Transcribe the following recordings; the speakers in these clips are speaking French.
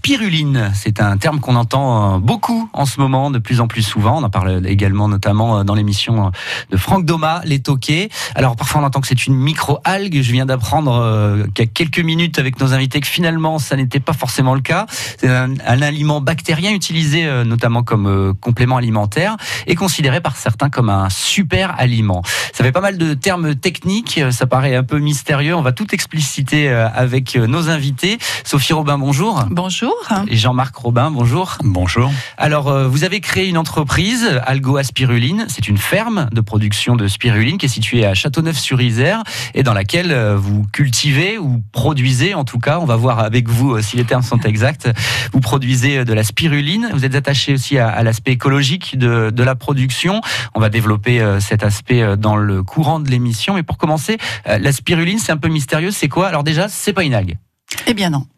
spiruline, c'est un terme qu'on entend beaucoup en ce moment, de plus en plus souvent. On en parle également notamment dans l'émission de Franck Doma, Les Toqués. Alors parfois on entend que c'est une micro-algue. Je viens d'apprendre qu'il y a quelques minutes avec nos invités que finalement ça n'était pas forcément le cas. C'est un aliment bactérien utilisé notamment comme complément alimentaire et considéré par certains comme un super aliment. Ça fait pas mal de termes techniques, ça paraît un peu mystérieux. On va tout expliciter avec nos invités. Sophie Robin, bonjour. Bonjour. Et Jean-Marc Robin, bonjour. Bonjour. Alors, vous avez créé une entreprise, Algo à Spiruline. C'est une ferme de production de spiruline qui est située à Châteauneuf-sur-Isère et dans laquelle vous cultivez ou produisez, en tout cas, on va voir avec vous si les termes sont exacts, vous produisez de la spiruline. Vous êtes attaché aussi à l'aspect écologique de la production. On va développer cet aspect dans le courant de l'émission. Mais pour commencer, la spiruline, c'est un peu mystérieux. C'est quoi? Alors déjà, c'est pas une algue. Eh bien non.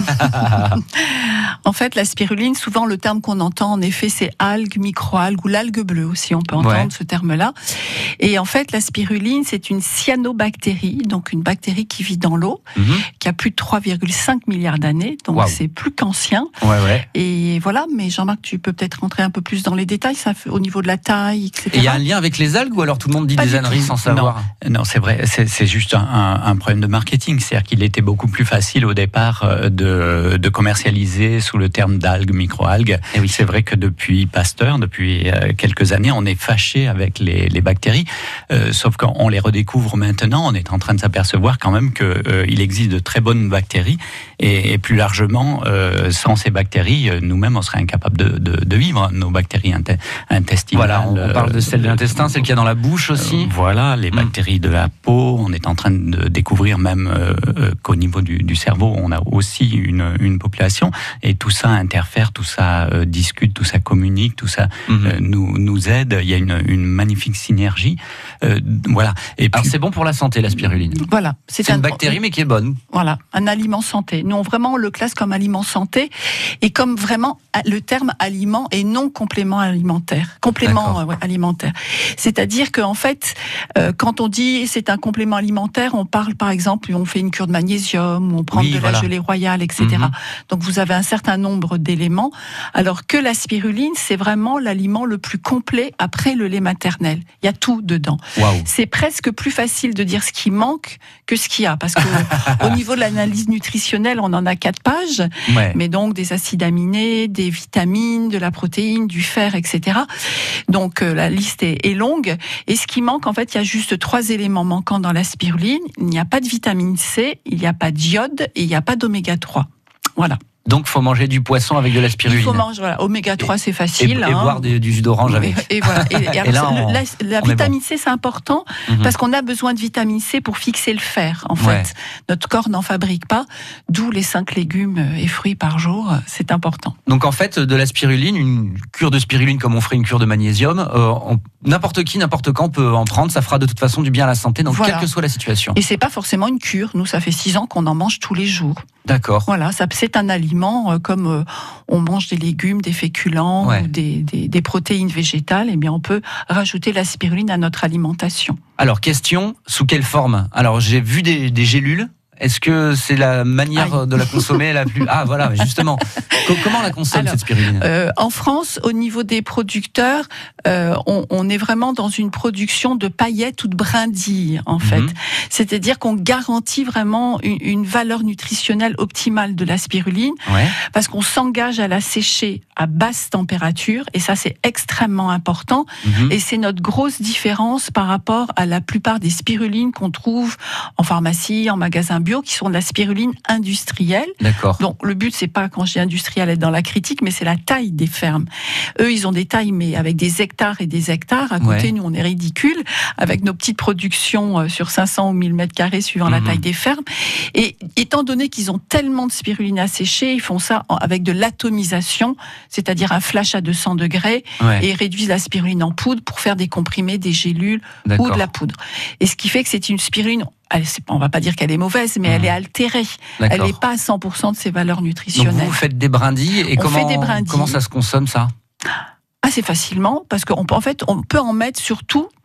En fait, la spiruline, souvent le terme qu'on entend, en effet, c'est algue, micro-algue ou l'algue bleue aussi, on peut entendre ce terme-là. Et en fait, la spiruline, c'est une cyanobactérie, donc une bactérie qui vit dans l'eau, qui a plus de 3,5 milliards d'années, donc c'est plus qu'ancien. Et voilà, mais Jean-Marc, tu peux peut-être rentrer un peu plus dans les détails, ça fait, au niveau de la taille, etc. Et il y a un lien avec les algues ou alors tout le monde dit des âneries sans savoir? Non, c'est vrai, c'est juste un problème de marketing, c'est-à-dire qu'il était beaucoup plus facile au départ de commercialiser sous le terme d'algues, micro-algues. Et oui, c'est vrai que depuis Pasteur, depuis quelques années, on est fâché avec les bactéries, sauf qu'on les redécouvre maintenant, on est en train de s'apercevoir quand même qu'il existe de très bonnes bactéries, et plus largement, sans ces bactéries, nous-mêmes, on serait incapables de vivre, nos bactéries intestinales. Voilà, on parle de celles de l'intestin, celles qu'il y a dans la bouche aussi. Voilà, les bactéries de la peau, on est en train de découvrir même qu'au niveau du cerveau, on a aussi une population, et tout ça interfère, tout ça discute, tout ça communique, tout ça nous aide. Il y a une magnifique synergie. Voilà. Et puis, alors c'est bon pour la santé, la spiruline. Voilà. C'est une bactérie mais qui est bonne. Voilà, un aliment santé. Nous, vraiment, on le classe comme aliment santé et comme vraiment le terme aliment et non complément alimentaire. Complément alimentaire. C'est-à-dire qu'en fait, quand on dit c'est un complément alimentaire, on parle par exemple, on fait une cure de magnésium, on prend de la gelée royale, etc. Donc vous avez un certain nombre d'éléments, alors que la spiruline, c'est vraiment l'aliment le plus complet après le lait maternel. Il y a tout dedans. C'est presque plus facile de dire ce qui manque que ce qu'il y a, parce que au niveau de l'analyse nutritionnelle, on en a 4 pages, mais donc des acides aminés, des vitamines, de la protéine, du fer, etc. Donc la liste est longue. Et ce qui manque, en fait, il y a juste 3 éléments manquants dans la spiruline. Il n'y a pas de vitamine C, il n'y a pas d'iode et il n'y a pas d'oméga 3. Voilà. Donc, il faut manger du poisson avec de la spiruline. Il faut manger, oméga 3, c'est facile. Et boire du jus d'orange avec. Et voilà. Et là, la vitamine C, c'est important, parce qu'on a besoin de vitamine C pour fixer le fer, en fait. Notre corps n'en fabrique pas, d'où les 5 légumes et fruits par jour, c'est important. Donc, en fait, de la spiruline, une cure de spiruline comme on ferait une cure de magnésium, n'importe qui, n'importe quand peut en prendre, ça fera de toute façon du bien à la santé, donc quelle que soit la situation. Et c'est pas forcément une cure. Nous, ça fait 6 ans qu'on en mange tous les jours. D'accord. Voilà, c'est un aliment comme on mange des légumes, des féculents, ou des protéines végétales, et bien on peut rajouter la spiruline à notre alimentation. Alors, question, sous quelle forme? Alors, j'ai vu des gélules. Est-ce que c'est la manière de la consommer la plus... Ah voilà, justement. Comment on la consomme, cette spiruline? En France, au niveau des producteurs, on est vraiment dans une production de paillettes ou de brindilles, en fait. C'est-à-dire qu'on garantit vraiment une valeur nutritionnelle optimale de la spiruline, parce qu'on s'engage à la sécher à basse température, et ça, c'est extrêmement important. Et c'est notre grosse différence par rapport à la plupart des spirulines qu'on trouve en pharmacie, en magasin bio, qui sont de la spiruline industrielle. D'accord. Donc le but, c'est pas, quand je dis industriel, être dans la critique, mais c'est la taille des fermes. Eux, ils ont des tailles, mais avec des hectares et des hectares. À côté, nous, on est ridicule avec nos petites productions sur 500 ou 1000 mètres carrés suivant la taille des fermes. Et étant donné qu'ils ont tellement de spiruline à sécher, ils font ça avec de l'atomisation, c'est-à-dire un flash à 200 degrés, et ils réduisent la spiruline en poudre pour faire des comprimés, des gélules ou de la poudre. Et ce qui fait que c'est une spiruline, on va pas dire qu'elle est mauvaise, mais elle est altérée. Elle n'est pas à 100% de ses valeurs nutritionnelles. Donc vous faites des brindilles, et comment ça se consomme, ça? Assez facilement, parce qu'en fait, on peut en mettre sur tout.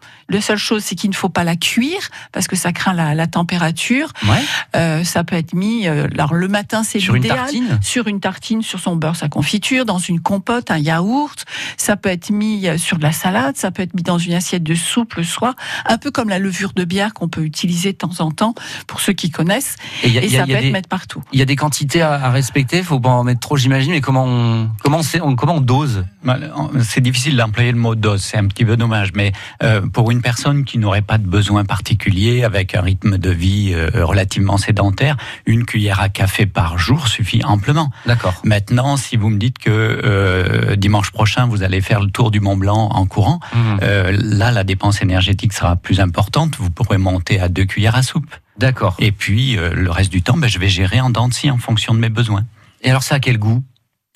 La seule chose, c'est qu'il ne faut pas la cuire parce que ça craint la température. Ouais. Ça peut être mis. Alors le matin, c'est sur l'idéal. Sur une tartine, sur son beurre, sa confiture, dans une compote, un yaourt. Ça peut être mis sur de la salade. Ça peut être mis dans une assiette de soupe le soir, un peu comme la levure de bière qu'on peut utiliser de temps en temps pour ceux qui connaissent. Et ça peut être mettre partout. Il y a des quantités à respecter. Faut pas en mettre trop, j'imagine. Mais comment on dose? C'est difficile d'employer le mot dose. C'est un petit peu dommage, mais pour une personne qui n'aurait pas de besoin particulier, avec un rythme de vie relativement sédentaire, une cuillère à café par jour suffit amplement. D'accord. Maintenant, si vous me dites que dimanche prochain, vous allez faire le tour du Mont Blanc en courant, là, la dépense énergétique sera plus importante. Vous pourrez monter à 2 cuillères à soupe. D'accord. Et puis, le reste du temps, je vais gérer en dents de scie en fonction de mes besoins. Et alors, ça a quel goût?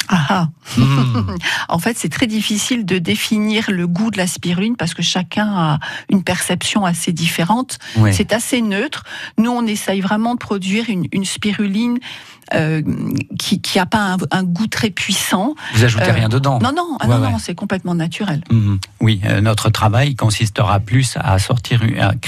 En fait, c'est très difficile de définir le goût de la spiruline parce que chacun a une perception assez différente. Ouais. C'est assez neutre. Nous, on essaye vraiment de produire une spiruline qui a pas un goût très puissant. Vous ajoutez rien dedans? Non, non, c'est complètement naturel. Oui, notre travail consistera plus à sortir,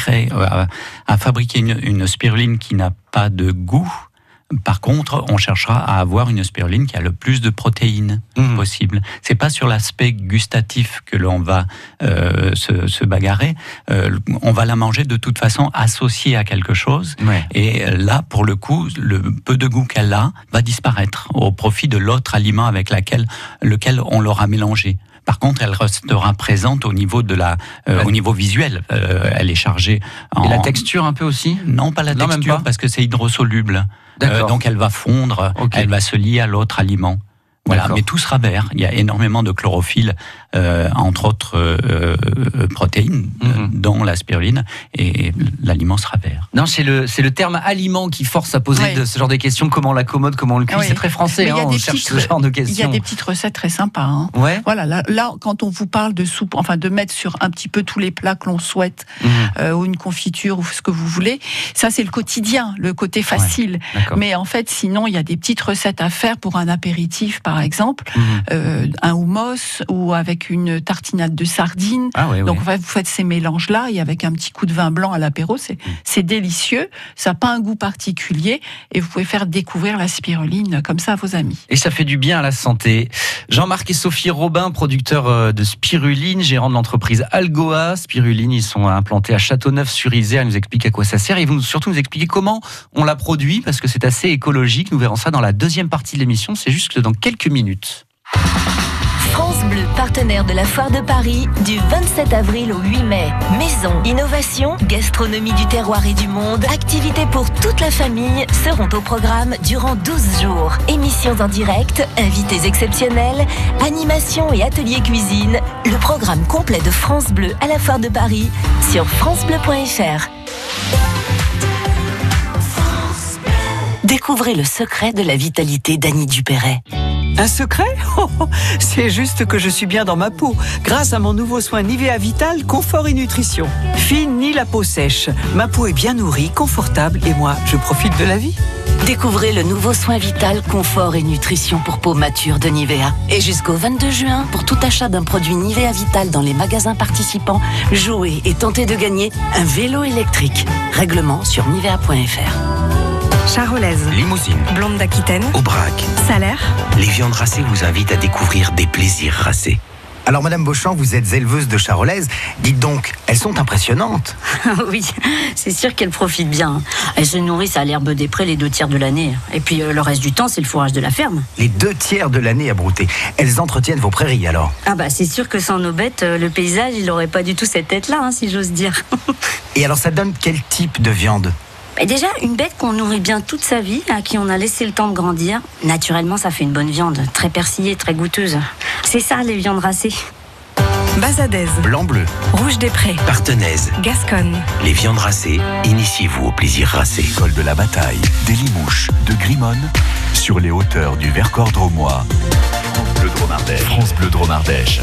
à fabriquer une spiruline qui n'a pas de goût. Par contre, on cherchera à avoir une spiruline qui a le plus de protéines possible. C'est pas sur l'aspect gustatif que l'on va se bagarrer. On va la manger de toute façon associée à quelque chose. Ouais. Et là, pour le coup, le peu de goût qu'elle a va disparaître au profit de l'autre aliment avec lequel on l'aura mélangé. Par contre, elle restera présente au niveau au niveau visuel. Elle est chargée Et la texture un peu aussi? Non, pas la texture, même pas. Parce que c'est hydrosoluble. Donc elle va fondre, elle va se lier à l'autre aliment. Voilà, mais tout sera vert. Il y a énormément de chlorophylle, entre autres protéines, dont la spiruline, et l'aliment sera vert. Non, c'est le terme aliment qui force à poser ce genre de questions. Comment on l'accommode, comment on le cuit. C'est très français. On cherche ce genre de questions. Il y a des petites recettes très sympas. Ouais. Voilà, là, quand on vous parle de soupe, enfin de mettre sur un petit peu tous les plats que l'on souhaite, ou une confiture ou ce que vous voulez, ça c'est le quotidien, le côté facile. Mais en fait, sinon, il y a des petites recettes à faire pour un apéritif, par exemple, un hummus ou avec une tartinade de sardines. Donc vous faites ces mélanges-là et avec un petit coup de vin blanc à l'apéro, c'est délicieux. Ça n'a pas un goût particulier et vous pouvez faire découvrir la spiruline comme ça à vos amis. Et ça fait du bien à la santé. Jean-Marc et Sophie Robin, producteurs de spiruline, gérants de l'entreprise Algoa. Spiruline, ils sont implantés à Châteauneuf-sur-Isère. Ils nous expliquent à quoi ça sert et ils vont surtout nous expliquer comment on la produit parce que c'est assez écologique. Nous verrons ça dans la deuxième partie de l'émission. C'est juste dans quelques minutes. France Bleu, partenaire de la Foire de Paris, du 27 avril au 8 mai. Maison, innovation, gastronomie du terroir et du monde, activités pour toute la famille seront au programme durant 12 jours. Émissions en direct, invités exceptionnels, animations et ateliers cuisine. Le programme complet de France Bleu à la Foire de Paris sur francebleu.fr. Découvrez le secret de la vitalité d'Annie Dupéret. Un secret ? C'est juste que je suis bien dans ma peau, grâce à mon nouveau soin Nivea Vital Confort et Nutrition. Fini la peau sèche, ma peau est bien nourrie, confortable et moi, je profite de la vie. Découvrez le nouveau soin Vital Confort et Nutrition pour peau mature de Nivea. Et jusqu'au 22 juin, pour tout achat d'un produit Nivea Vital dans les magasins participants, jouez et tentez de gagner un vélo électrique. Règlement sur nivea.fr. Charolaise, Limousine, Blonde d'Aquitaine, Aubrac, Salaire. Les viandes racées vous invitent à découvrir des plaisirs racés. Alors Madame Beauchamp, vous êtes éleveuse de charolaises. Dites donc, elles sont impressionnantes. Oui, c'est sûr qu'elles profitent bien. Elles se nourrissent à l'herbe des prés les 2 tiers de l'année. Et puis le reste du temps, c'est le fourrage de la ferme. Les 2 tiers de l'année à brouter. Elles entretiennent vos prairies alors? Ah bah c'est sûr que sans nos bêtes, le paysage, il n'aurait pas du tout cette tête-là, si j'ose dire. Et alors ça donne quel type de viande? Et déjà, une bête qu'on nourrit bien toute sa vie, à qui on a laissé le temps de grandir, naturellement, ça fait une bonne viande, très persillée, très goûteuse. C'est ça, les viandes racées. Bazadaise, Blanc-bleu, Rouge des Prés, Partenaise, Gasconne. Les viandes racées, initiez-vous au plaisir racé. Col de la Bataille, des Limouches, de Grimone, sur les hauteurs du Vercors drômois. France Bleu Drôme Ardèche. France Bleu Drôme Ardèche.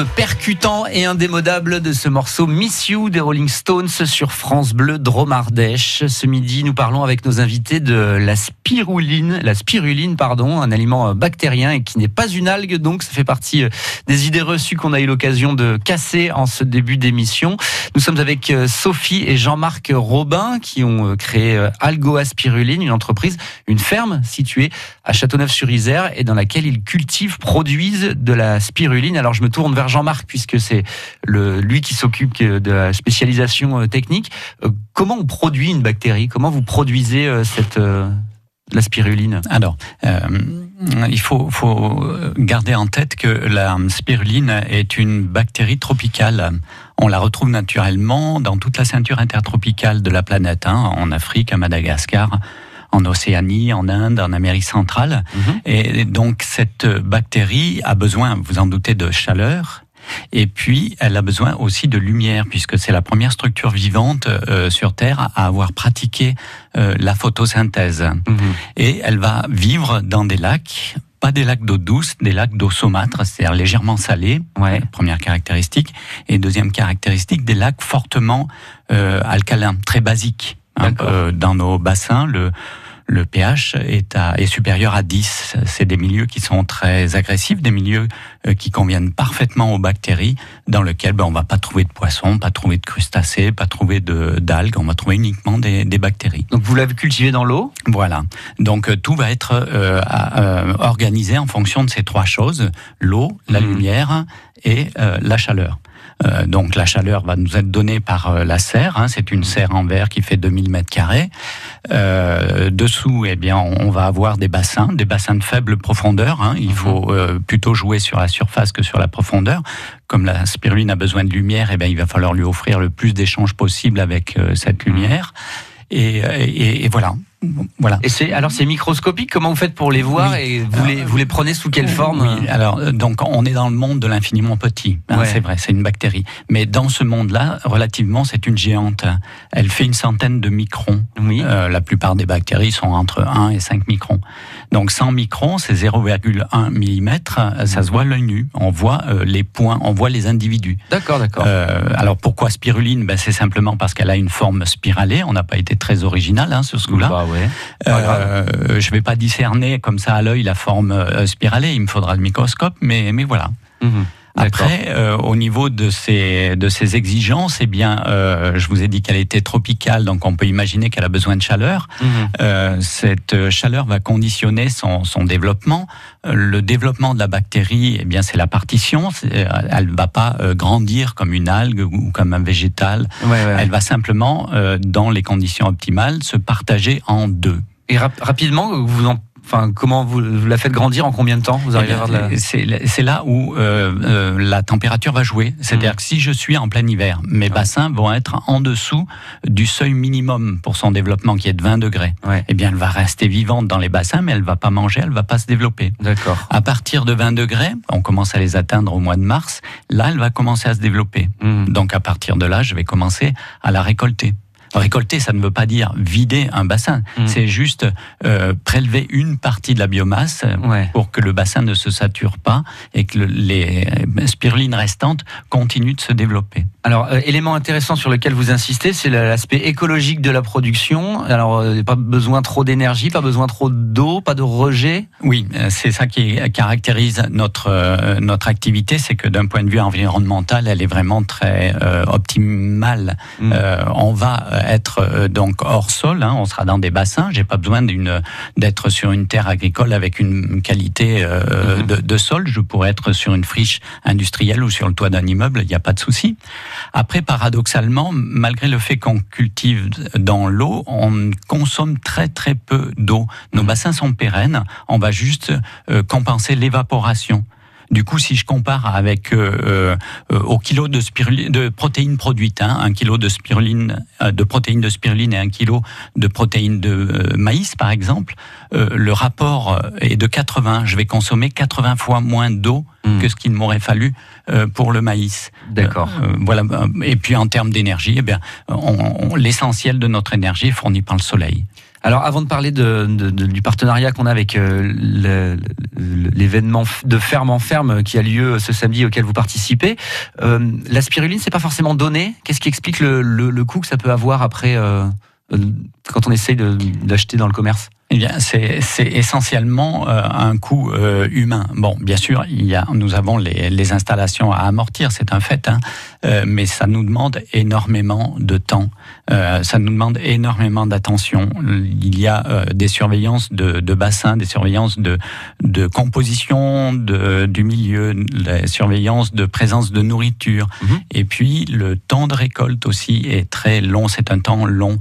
percutant et indémodable de ce morceau Miss You des Rolling Stones sur France Bleu Drôme-Ardèche. Ce midi, nous parlons avec nos invités de la spiruline, un aliment bactérien et qui n'est pas une algue, donc ça fait partie des idées reçues qu'on a eu l'occasion de casser en ce début d'émission. Nous sommes avec Sophie et Jean-Marc Robin qui ont créé Algoa Spiruline, une entreprise, une ferme située à Châteauneuf-sur-Isère et dans laquelle ils produisent de la spiruline. Alors je me tourne vers Jean-Marc puisque c'est lui qui s'occupe de la spécialisation technique. Comment on produit une bactérie ? Comment vous produisez la spiruline ? Alors, il faut garder en tête que la spiruline est une bactérie tropicale. On la retrouve naturellement dans toute la ceinture intertropicale de la planète, en Afrique, à Madagascar, en Océanie, en Inde, en Amérique centrale. Et donc cette bactérie a besoin, vous en doutez, de chaleur. Et puis, elle a besoin aussi de lumière, puisque c'est la première structure vivante sur Terre à avoir pratiqué la photosynthèse. Et elle va vivre dans des lacs, pas des lacs d'eau douce, des lacs d'eau saumâtre, c'est-à-dire légèrement salés, première caractéristique. Et deuxième caractéristique, des lacs fortement alcalins, très basiques. Dans nos bassins, le pH est supérieur à 10. C'est des milieux qui sont très agressifs, des milieux qui conviennent parfaitement aux bactéries, dans lesquels on va pas trouver de poissons, pas trouver de crustacés, pas trouver d'algues, on va trouver uniquement des bactéries. Donc vous l'avez cultivé dans l'eau ? Voilà. Donc tout va être organisé en fonction de ces trois choses, l'eau, la lumière et la chaleur. Donc la chaleur va nous être donnée par la serre, c'est une serre en verre qui fait 2000 m². Dessous, on va avoir des bassins de faible profondeur. Il faut plutôt jouer sur la surface que sur la profondeur. Comme la spiruline a besoin de lumière, il va falloir lui offrir le plus d'échanges possible avec cette lumière. Et voilà. Et c'est microscopique. Comment vous faites pour les voir et vous les prenez sous quelle forme ? Oui. Alors donc on est dans le monde de l'infiniment petit. C'est vrai, c'est une bactérie. Mais dans ce monde-là, relativement, c'est une géante. Elle fait une centaine de microns. La plupart des bactéries sont entre 1 et 5 microns. Donc 100 microns, c'est 0,1 mm. Ça se voit à l'œil nu. On voit les points, on voit les individus. D'accord. Alors pourquoi spiruline ? C'est simplement parce qu'elle a une forme spiralée. On n'a pas été très original sur ce coup-là. Je vais pas discerner comme ça à l'œil la forme spiralée, il me faudra le microscope, mais voilà. Après, au niveau de ces exigences, je vous ai dit qu'elle était tropicale, donc on peut imaginer qu'elle a besoin de chaleur. Cette chaleur va conditionner son développement. Le développement de la bactérie, c'est la partition. Elle va pas grandir comme une algue ou comme un végétal. Elle va simplement, dans les conditions optimales, se partager en deux. Et rapidement, comment vous la faites grandir, en combien de temps vous arrivez à avoir c'est là où la température va jouer. C'est-à-dire que si je suis en plein hiver, mes bassins vont être en dessous du seuil minimum pour son développement qui est de 20 degrés. Elle va rester vivante dans les bassins, mais elle va pas manger, elle va pas se développer. D'accord. À partir de 20 degrés, on commence à les atteindre au mois de mars, là elle va commencer à se développer. Donc à partir de là, je vais commencer à la récolter. Récolter, ça ne veut pas dire vider un bassin. C'est juste prélever une partie de la biomasse pour que le bassin ne se sature pas et que les spirulines restantes continuent de se développer. Alors, élément intéressant sur lequel vous insistez, c'est l'aspect écologique de la production. Alors, pas besoin trop d'énergie, pas besoin trop d'eau, pas de rejet. Oui, c'est ça qui caractérise notre activité, c'est que d'un point de vue environnemental, elle est vraiment très optimale. On va être donc hors sol, on sera dans des bassins. J'ai pas besoin d'être sur une terre agricole avec une qualité de sol. Je pourrais être sur une friche industrielle ou sur le toit d'un immeuble, il n'y a pas de souci. Après, paradoxalement, malgré le fait qu'on cultive dans l'eau, on consomme très très peu d'eau. Nos bassins sont pérennes, on va juste compenser l'évaporation. Du coup, si je compare avec au kilo de protéines produites, un kilo de protéines de spiruline et un kilo de protéines de maïs, par exemple, le rapport est de 80. Je vais consommer 80 fois moins d'eau que ce qu'il m'aurait fallu pour le maïs. D'accord. Voilà. Et puis en termes d'énergie, l'essentiel de notre énergie est fourni par le soleil. Alors, avant de parler du partenariat qu'on a avec l'événement de ferme en ferme qui a lieu ce samedi auquel vous participez, la spiruline, c'est pas forcément donné. Qu'est-ce qui explique le coût que ça peut avoir après quand on essaye d'acheter dans le commerce? Eh bien, c'est essentiellement un coût humain. Bon, bien sûr, nous avons les installations à amortir, c'est un fait, hein, mais ça nous demande énormément de temps, ça nous demande énormément d'attention. Il y a des surveillances de bassins, des surveillances de composition du milieu, les surveillances de présence de nourriture. Et puis, le temps de récolte aussi est très long, c'est un temps long.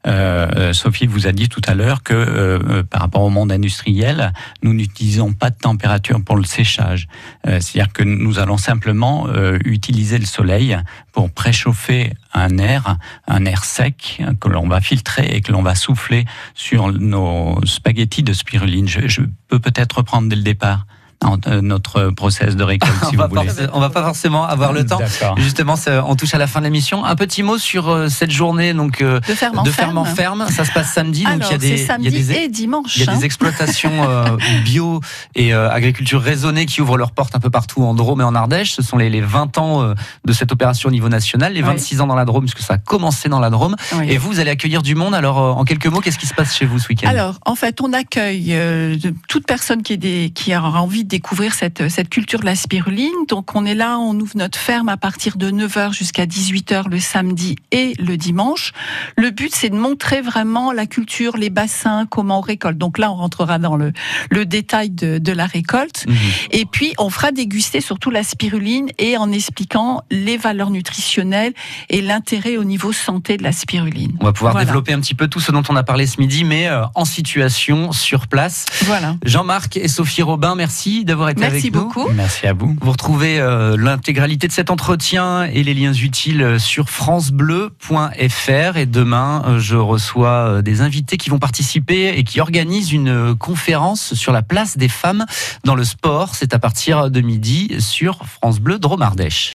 Sophie vous a dit tout à l'heure que par rapport au monde industriel, nous n'utilisons pas de température pour le séchage. C'est-à-dire que nous allons simplement utiliser le soleil pour préchauffer un air sec que l'on va filtrer et que l'on va souffler sur nos spaghettis de spiruline. Je peux peut-être reprendre dès le départ notre process de récolte, si vous voulez. On va pas forcément avoir le temps. D'accord. Justement, on touche à la fin de l'émission. Un petit mot sur cette journée donc de ferme en ferme. Ça se passe samedi. Alors, donc il y a et dimanche. Il y a des exploitations bio et agriculture raisonnée qui ouvrent leurs portes un peu partout en Drôme et en Ardèche. Ce sont les 20 ans de cette opération au niveau national, les 26 ans dans la Drôme, puisque ça a commencé dans la Drôme. Oui. Et vous allez accueillir du monde. Alors, en quelques mots, qu'est-ce qui se passe chez vous ce week-end? Alors, en fait, on accueille toute personne qui aura envie de découvrir cette culture de la spiruline. Donc on est là, on ouvre notre ferme à partir de 9h jusqu'à 18h le samedi et le dimanche. Le but, c'est de montrer vraiment la culture, les bassins, comment on récolte. Donc là, on rentrera dans le détail de la récolte. Et puis, on fera déguster surtout la spiruline et en expliquant les valeurs nutritionnelles et l'intérêt au niveau santé de la spiruline. On va pouvoir développer un petit peu tout ce dont on a parlé ce midi, mais en situation, sur place. Voilà. Jean-Marc et Sophie Robin, merci d'avoir été Merci avec nous. beaucoup. Merci à vous. Vous retrouvez l'intégralité de cet entretien et les liens utiles sur francebleu.fr. Et demain, je reçois des invités qui vont participer et qui organisent une conférence sur la place des femmes dans le sport. C'est à partir de midi sur France Bleu Drôme Ardèche.